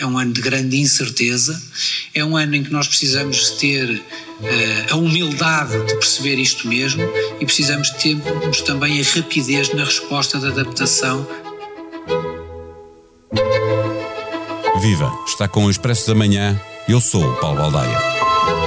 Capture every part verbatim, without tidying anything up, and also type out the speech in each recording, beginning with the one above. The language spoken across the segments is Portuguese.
é um ano de grande incerteza, é um ano em que nós precisamos ter uh, a humildade de perceber isto mesmo e precisamos termos também a rapidez na resposta da adaptação. Viva! Está com o Expresso da Manhã. Eu sou o Paulo Baldaia.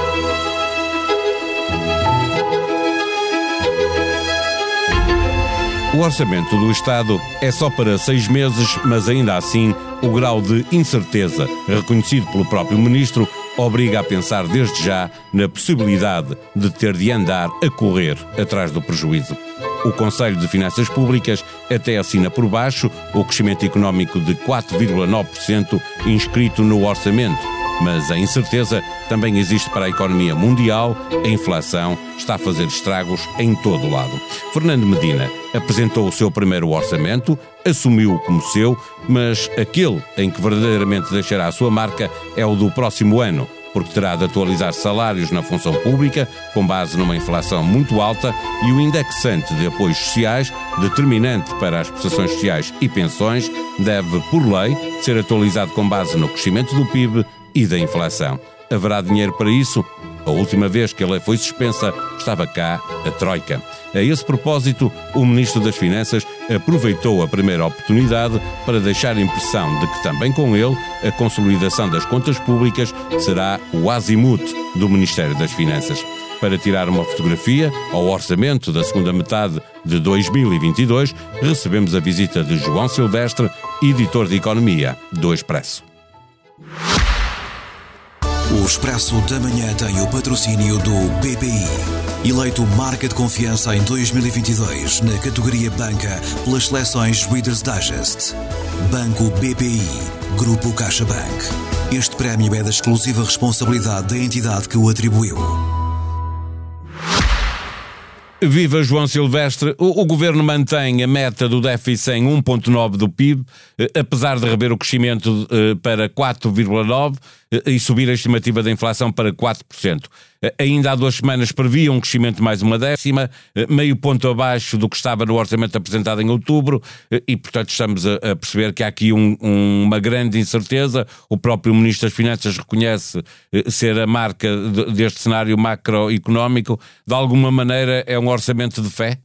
O orçamento do Estado é só para seis meses, mas ainda assim o grau de incerteza reconhecido pelo próprio Ministro obriga a pensar desde já na possibilidade de ter de andar a correr atrás do prejuízo. O Conselho de Finanças Públicas até assina por baixo o crescimento económico de quatro vírgula nove por cento inscrito no orçamento, mas a incerteza também existe para a economia mundial. A inflação está a fazer estragos em todo o lado. Fernando Medina apresentou o seu primeiro orçamento, assumiu-o como seu, mas aquele em que verdadeiramente deixará a sua marca é o do próximo ano, porque terá de atualizar salários na função pública, com base numa inflação muito alta, e o indexante de apoios sociais, determinante para as prestações sociais e pensões, deve, por lei, ser atualizado com base no crescimento do P I B e da inflação. Haverá dinheiro para isso? A última vez que a lei foi suspensa, estava cá a Troika. A esse propósito, o Ministro das Finanças aproveitou a primeira oportunidade para deixar a impressão de que também com ele a consolidação das contas públicas será o azimute do Ministério das Finanças. Para tirar uma fotografia ao orçamento da segunda metade de dois mil e vinte e dois, recebemos a visita de João Silvestre, editor de Economia do Expresso. O Expresso da Manhã tem o patrocínio do B P I. Eleito marca de confiança em dois mil e vinte e dois na categoria Banca pelas seleções Reader's Digest. Banco B P I. Grupo CaixaBank. Este prémio é da exclusiva responsabilidade da entidade que o atribuiu. Viva João Silvestre. O, o Governo mantém a meta do déficit em um vírgula nove do P I B, eh, apesar de rever o crescimento eh, para quatro vírgula nove por cento eh, e subir a estimativa da inflação para quatro por cento. Eh, ainda há duas semanas previa um crescimento de mais uma décima, eh, meio ponto abaixo do que estava no orçamento apresentado em outubro, eh, e portanto estamos a, a perceber que há aqui um, um, uma grande incerteza. O próprio Ministro das Finanças reconhece eh, ser a marca de, deste cenário macroeconómico. De alguma maneira é um orçamento de fé?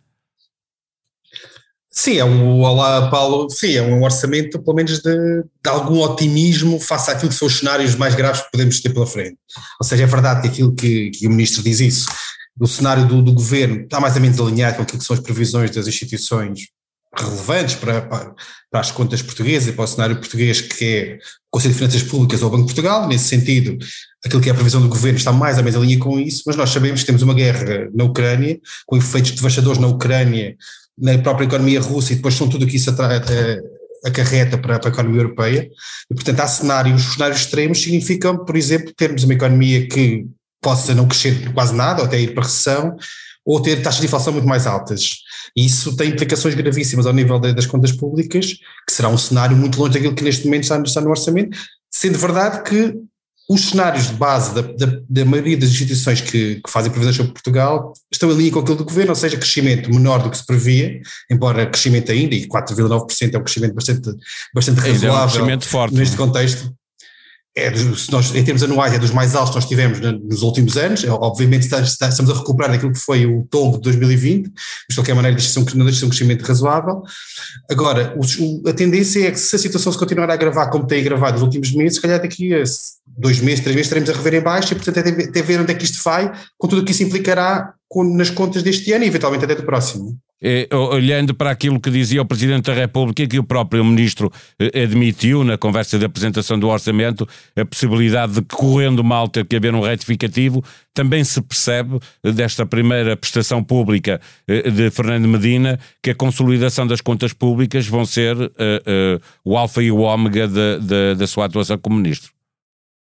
Sim, é um, olá Paulo, sim, é um orçamento pelo menos de, de algum otimismo face àquilo que são os cenários mais graves que podemos ter pela frente. Ou seja, é verdade que aquilo que, que o Ministro diz isso, do cenário do, do Governo está mais ou menos alinhado com aquilo que são as previsões das instituições relevantes para, para, para as contas portuguesas e para o cenário português, que é o Conselho de Finanças Públicas ou o Banco de Portugal. Nesse sentido, aquilo que é a previsão do Governo está mais ou menos em linha com isso, mas nós sabemos que temos uma guerra na Ucrânia, com efeitos devastadores na Ucrânia, na própria economia russa, e depois são tudo o que isso atra- acarreta para, para a economia europeia, e portanto há cenários, os cenários extremos significam, por exemplo, termos uma economia que possa não crescer quase nada, ou até ir para recessão, ou ter taxas de inflação muito mais altas. E isso tem implicações gravíssimas ao nível de, das contas públicas, que será um cenário muito longe daquilo que neste momento está, está no orçamento, sendo verdade que os cenários de base da, da, da maioria das instituições que, que fazem previsões sobre Portugal estão em linha com aquilo do Governo, ou seja, crescimento menor do que se previa, embora crescimento ainda, e quatro vírgula nove por cento é um crescimento bastante, bastante razoável, é um crescimento forte, neste contexto. É, se nós, em termos anuais, é dos mais altos que nós tivemos nos últimos anos. Obviamente estamos a recuperar daquilo que foi o tombo de dois mil e vinte, mas de qualquer maneira não deixa de ser um crescimento razoável. Agora, o, a tendência é que se a situação se continuar a agravar como tem agravado nos últimos meses, se calhar daqui a dois meses, três meses estaremos a rever em baixo, e portanto é até ver onde é que isto vai, com tudo o que isso implicará com, nas contas deste ano e eventualmente até do próximo. É, olhando para aquilo que dizia o Presidente da República, que o próprio Ministro admitiu na conversa de apresentação do orçamento, a possibilidade de que, correndo mal, ter que haver um retificativo, também se percebe desta primeira prestação pública de Fernando Medina que a consolidação das contas públicas vão ser uh, uh, o alfa e o ômega da, da, da sua atuação como Ministro.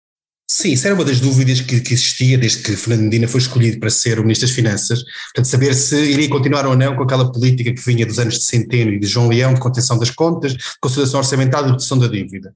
Sim, isso era uma das dúvidas que, que existia desde que Fernando Medina foi escolhido para ser o Ministro das Finanças, portanto saber se iria continuar ou não com aquela política que vinha dos anos de Centeno e de João Leão, de contenção das contas, de consolidação orçamental e de redução da dívida.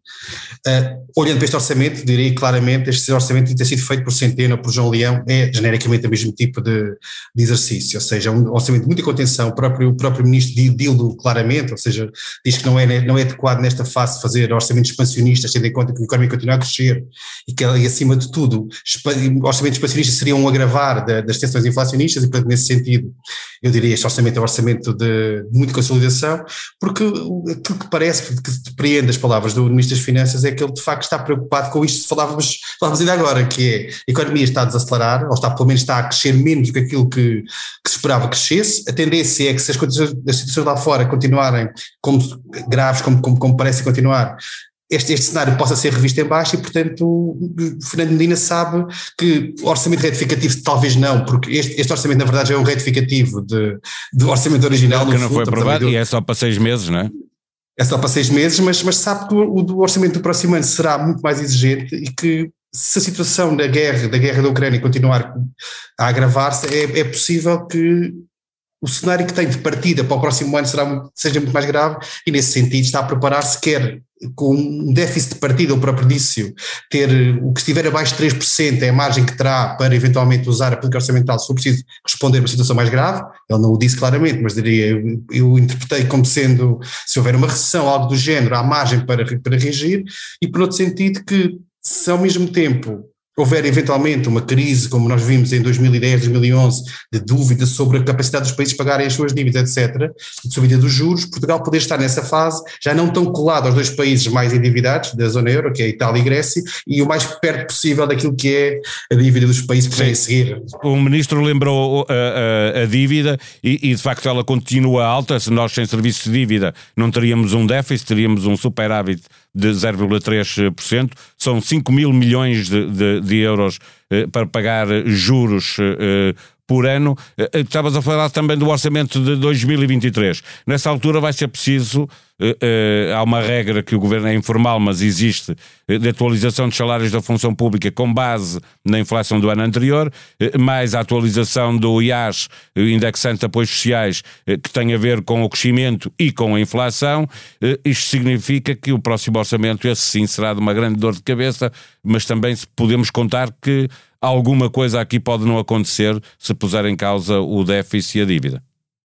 Uh, olhando para este orçamento, diria claramente este orçamento que tem sido feito por Centeno ou por João Leão é genericamente o mesmo tipo de, de exercício, ou seja, um orçamento de muita contenção, o próprio, o próprio Ministro dilo claramente, ou seja, diz que não é, não é adequado nesta fase fazer orçamentos expansionistas, tendo em conta que a economia continua a crescer e que e acima de tudo, orçamentos expansionistas seriam um agravar da, das tensões inflacionistas e, portanto, nesse sentido, eu diria este orçamento é um orçamento de, de muita consolidação, porque aquilo que parece, que depreende as palavras do Ministro das Finanças é que ele de facto está preocupado com isto que falávamos, falávamos ainda agora, que é a economia está a desacelerar, ou está, pelo menos está a crescer menos do que aquilo que, que se esperava que crescesse, a tendência é que se as, condições, as situações lá fora continuarem como graves, como, como, como parece continuar, Este, este cenário possa ser revisto em baixo e, portanto, o Fernando Medina sabe que o orçamento retificativo talvez não, porque este, este orçamento na verdade já é um retificativo de, do orçamento original. Que não foi aprovado e é só para seis meses, não é? É só para seis meses, mas, mas sabe que o, o do orçamento do próximo ano será muito mais exigente e que se a situação da guerra, da guerra da Ucrânia continuar a agravar-se, é, é possível que o cenário que tem de partida para o próximo ano será, seja muito mais grave e nesse sentido está a preparar-se quer com um déficit de partida, o próprio disse, ter o que estiver abaixo de três por cento é a margem que terá para eventualmente usar a política orçamental se for preciso responder a uma situação mais grave. Ele não o disse claramente, mas diria, eu, eu interpretei como sendo, se houver uma recessão, algo do género, há margem para, para reagir, e por outro sentido que se ao mesmo tempo houver eventualmente uma crise, como nós vimos em dois mil e dez, dois mil e onze, de dúvida sobre a capacidade dos países de pagarem as suas dívidas, etcétera, de subida dos juros, Portugal poder estar nessa fase, já não tão colado aos dois países mais endividados da zona euro, que é a Itália e a Grécia, e o mais perto possível daquilo que é a dívida dos países que vêm a seguir. O Ministro lembrou a, a, a dívida e, e de facto ela continua alta. Se nós sem serviços de dívida não teríamos um déficit, teríamos um superávit de zero vírgula três por cento, são cinco mil milhões de, de, de euros eh, para pagar juros eh, por ano. Eh, estavas a falar também do orçamento de dois mil e vinte e três. Nessa altura vai ser preciso, eh, eh, há uma regra que o governo é informal, mas existe, eh, de atualização dos salários da função pública com base na inflação do ano anterior, eh, mais a atualização do I A S, indexante de apoios sociais, eh, que tem a ver com o crescimento e com a inflação. Eh, isto significa que o próximo orçamento, esse sim, será de uma grande dor de cabeça, mas também podemos contar que alguma coisa aqui pode não acontecer se puser em causa o déficit e a dívida.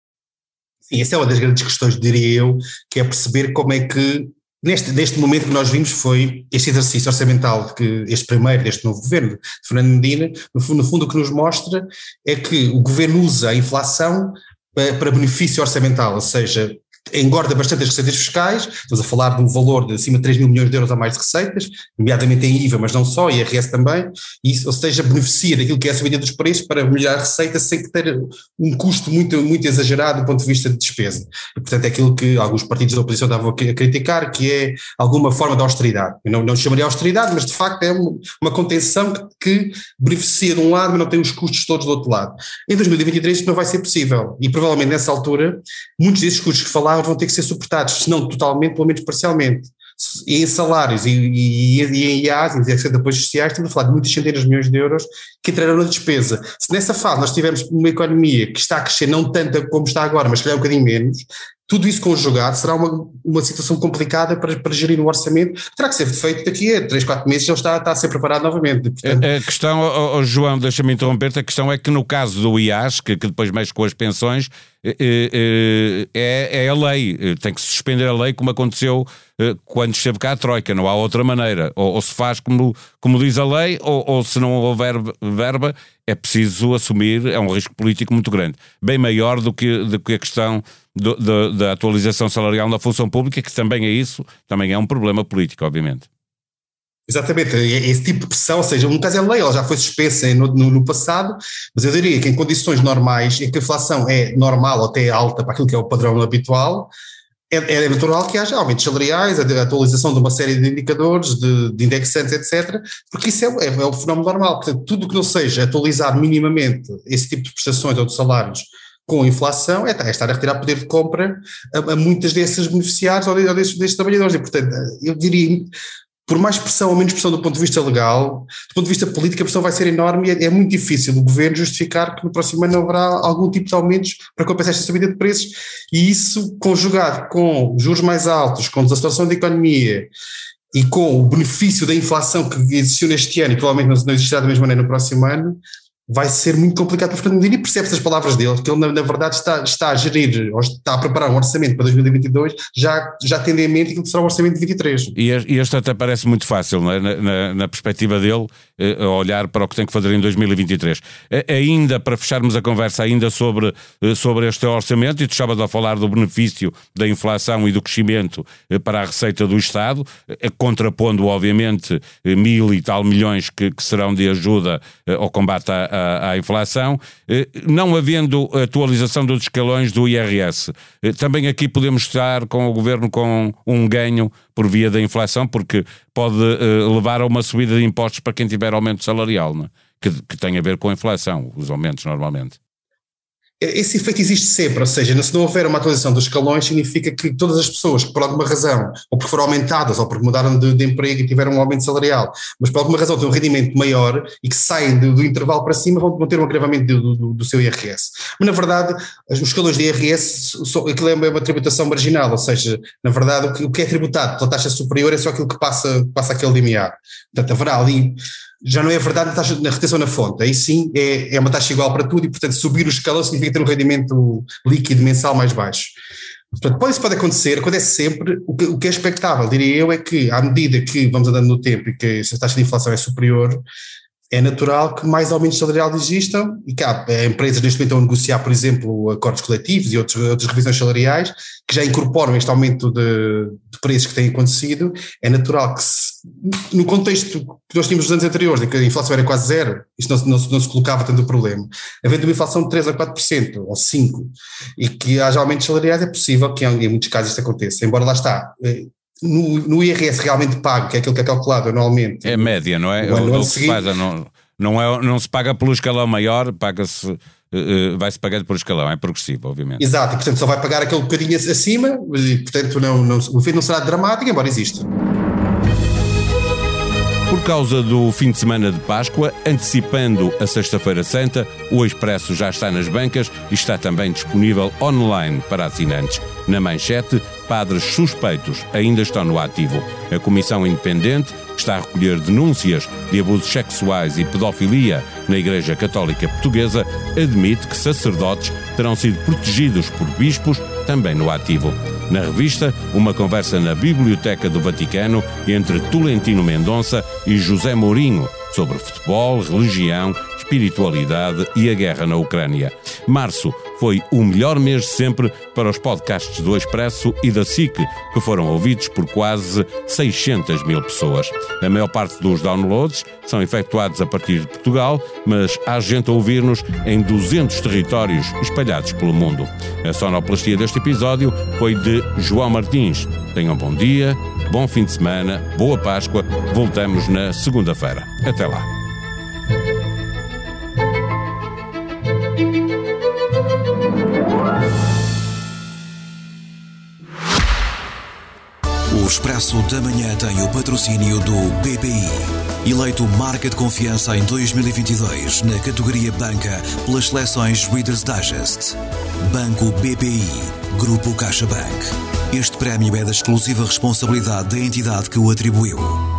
Sim, essa é uma das grandes questões, diria eu, que é perceber como é que, neste, neste momento que nós vimos, foi este exercício orçamental, que este primeiro, deste novo governo, de Fernando Medina, no fundo, no fundo o que nos mostra é que o governo usa a inflação para, para benefício orçamental, ou seja, engorda bastante as receitas fiscais, estamos a falar de um valor de acima de três mil milhões de euros a mais de receitas, nomeadamente em I V A, mas não só, e I R S também, e isso, ou seja, beneficia daquilo que é a subida dos preços para melhorar a receita sem que ter um custo muito, muito exagerado do ponto de vista de despesa. E, portanto, é aquilo que alguns partidos da oposição estavam a criticar, que é alguma forma de austeridade. Eu não, não chamaria austeridade, mas de facto é uma, uma contenção que, que beneficia de um lado, mas não tem os custos todos do outro lado. Em dois mil e vinte e três isto não vai ser possível, e provavelmente nessa altura, muitos desses custos que falavam vão ter que ser suportados, se não totalmente, pelo menos parcialmente. E em salários e, e, e em I A S, em apoios sociais, estamos a falar de muitas centenas de milhões de euros que entrarão na despesa. Se nessa fase nós tivermos uma economia que está a crescer não tanto como está agora, mas que é um bocadinho menos, tudo isso conjugado será uma, uma situação complicada para, para gerir um orçamento, terá que ser feito daqui a três, quatro meses, ele está, está a ser preparado novamente. Portanto, a, a questão, oh, oh, João, deixa-me interromper-te, a questão é que no caso do I A S, que, que depois mexe com as pensões, é, é, é a lei, tem que se suspender a lei como aconteceu quando esteve cá a Troika, não há outra maneira, ou, ou se faz como, como diz a lei, ou, ou se não houver verba, é preciso assumir, é um risco político muito grande, bem maior do que, do que a questão do, do, da atualização salarial na função pública, que também é isso, também é um problema político, obviamente. Exatamente, esse tipo de pressão, ou seja, no caso é a lei, ela já foi suspensa no, no, no passado, mas eu diria que em condições normais, em que a inflação é normal ou até alta para aquilo que é o padrão habitual, é, é natural que haja aumentos salariais, a atualização de uma série de indicadores, de, de indexantes, etcétera, porque isso é, é, é o fenómeno normal. Portanto, tudo o que não seja atualizar minimamente esse tipo de prestações ou de salários com a inflação é, é estar a retirar poder de compra a, a muitas desses beneficiários ou, de, ou desses, desses trabalhadores, e portanto eu diria, por mais pressão ou menos pressão do ponto de vista legal, do ponto de vista político, a pressão vai ser enorme e é, é muito difícil o governo justificar que no próximo ano haverá algum tipo de aumentos para compensar esta subida de preços, e isso conjugado com juros mais altos, com desaceleração da economia e com o benefício da inflação que existiu neste ano e provavelmente não existirá da mesma maneira no próximo ano, vai ser muito complicado para Fernando Medina, e percebe-se das palavras dele, que ele na, na verdade está, está a gerir, ou está a preparar um orçamento para dois mil e vinte e dois, já, já tendo em mente aquilo que será o orçamento de vinte e três. E este até parece muito fácil, não é? na, na, na perspectiva dele, a olhar para o que tem que fazer em dois mil e vinte e três. Ainda, para fecharmos a conversa ainda sobre, sobre este orçamento, e tu estavas a falar do benefício da inflação e do crescimento para a receita do Estado, contrapondo obviamente mil e tal milhões que, que serão de ajuda ao combate à, à, à inflação, não havendo atualização dos escalões do I R S. Também aqui podemos estar com o Governo com um ganho por via da inflação, porque pode uh, levar a uma subida de impostos para quem tiver aumento salarial, não é? que, que tem a ver com a inflação, os aumentos normalmente. Esse efeito existe sempre, ou seja, se não houver uma atualização dos escalões, significa que todas as pessoas que por alguma razão, ou porque foram aumentadas, ou porque mudaram de, de emprego e tiveram um aumento salarial, mas por alguma razão têm um rendimento maior e que saem do, do intervalo para cima, vão, vão ter um agravamento do, do, do seu I R S. Mas na verdade, os escalões de I R S, só, aquilo é uma tributação marginal, ou seja, na verdade o que, o que é tributado pela taxa superior é só aquilo que passa, passa aquele limiar. Portanto, haverá ali... Já não é verdade na, taxa, na retenção na fonte, aí sim é, é uma taxa igual para tudo e, portanto, subir o escalão significa ter um rendimento líquido mensal mais baixo. Portanto, pode, isso pode acontecer, acontece sempre. O que, o que é expectável, diria eu, é que à medida que vamos andando no tempo e que essa taxa de inflação é superior, é natural que mais aumentos salariais existam e que há empresas neste momento estão a negociar, por exemplo, acordos coletivos e outros, outras revisões salariais que já incorporam este aumento de, de preços que tem acontecido. É natural que se, no contexto que nós tínhamos nos anos anteriores, em que a inflação era quase zero, isto não, não, não se colocava tanto o problema, havendo uma inflação de três a quatro por cento ou cinco por cento e que haja aumentos salariais, é possível que em muitos casos isto aconteça, embora lá está... No, no I R S realmente pago, que é aquilo que é calculado anualmente. É média, não é? O, o que se faz, não, não, é, não se paga pelo escalão maior, paga-se, uh, vai-se pagando por escalão, é progressivo, obviamente. Exato, e portanto só vai pagar aquele bocadinho acima, e portanto não, não, o efeito não será dramático, embora exista. Por causa do fim de semana de Páscoa, antecipando a Sexta-feira Santa, o Expresso já está nas bancas e está também disponível online para assinantes. Na manchete, padres suspeitos ainda estão no ativo. A Comissão Independente, que está a recolher denúncias de abusos sexuais e pedofilia na Igreja Católica Portuguesa, admite que sacerdotes terão sido protegidos por bispos também no ativo. Na revista, uma conversa na Biblioteca do Vaticano entre Tolentino Mendonça e José Mourinho sobre futebol, religião, espiritualidade e a guerra na Ucrânia. Março foi o melhor mês de sempre para os podcasts do Expresso e da S I C, que foram ouvidos por quase seiscentas mil pessoas. A maior parte dos downloads são efetuados a partir de Portugal, mas há gente a ouvir-nos em duzentos territórios espalhados pelo mundo. A sonoplastia deste episódio foi de João Martins. Tenham bom dia, bom fim de semana, boa Páscoa. Voltamos na segunda-feira. Até lá. O Expresso da Manhã tem o patrocínio do B P I. Eleito marca de confiança em dois mil e vinte e dois na categoria Banca pelas seleções Reader's Digest. Banco B P I, Grupo CaixaBank. Este prémio é da exclusiva responsabilidade da entidade que o atribuiu.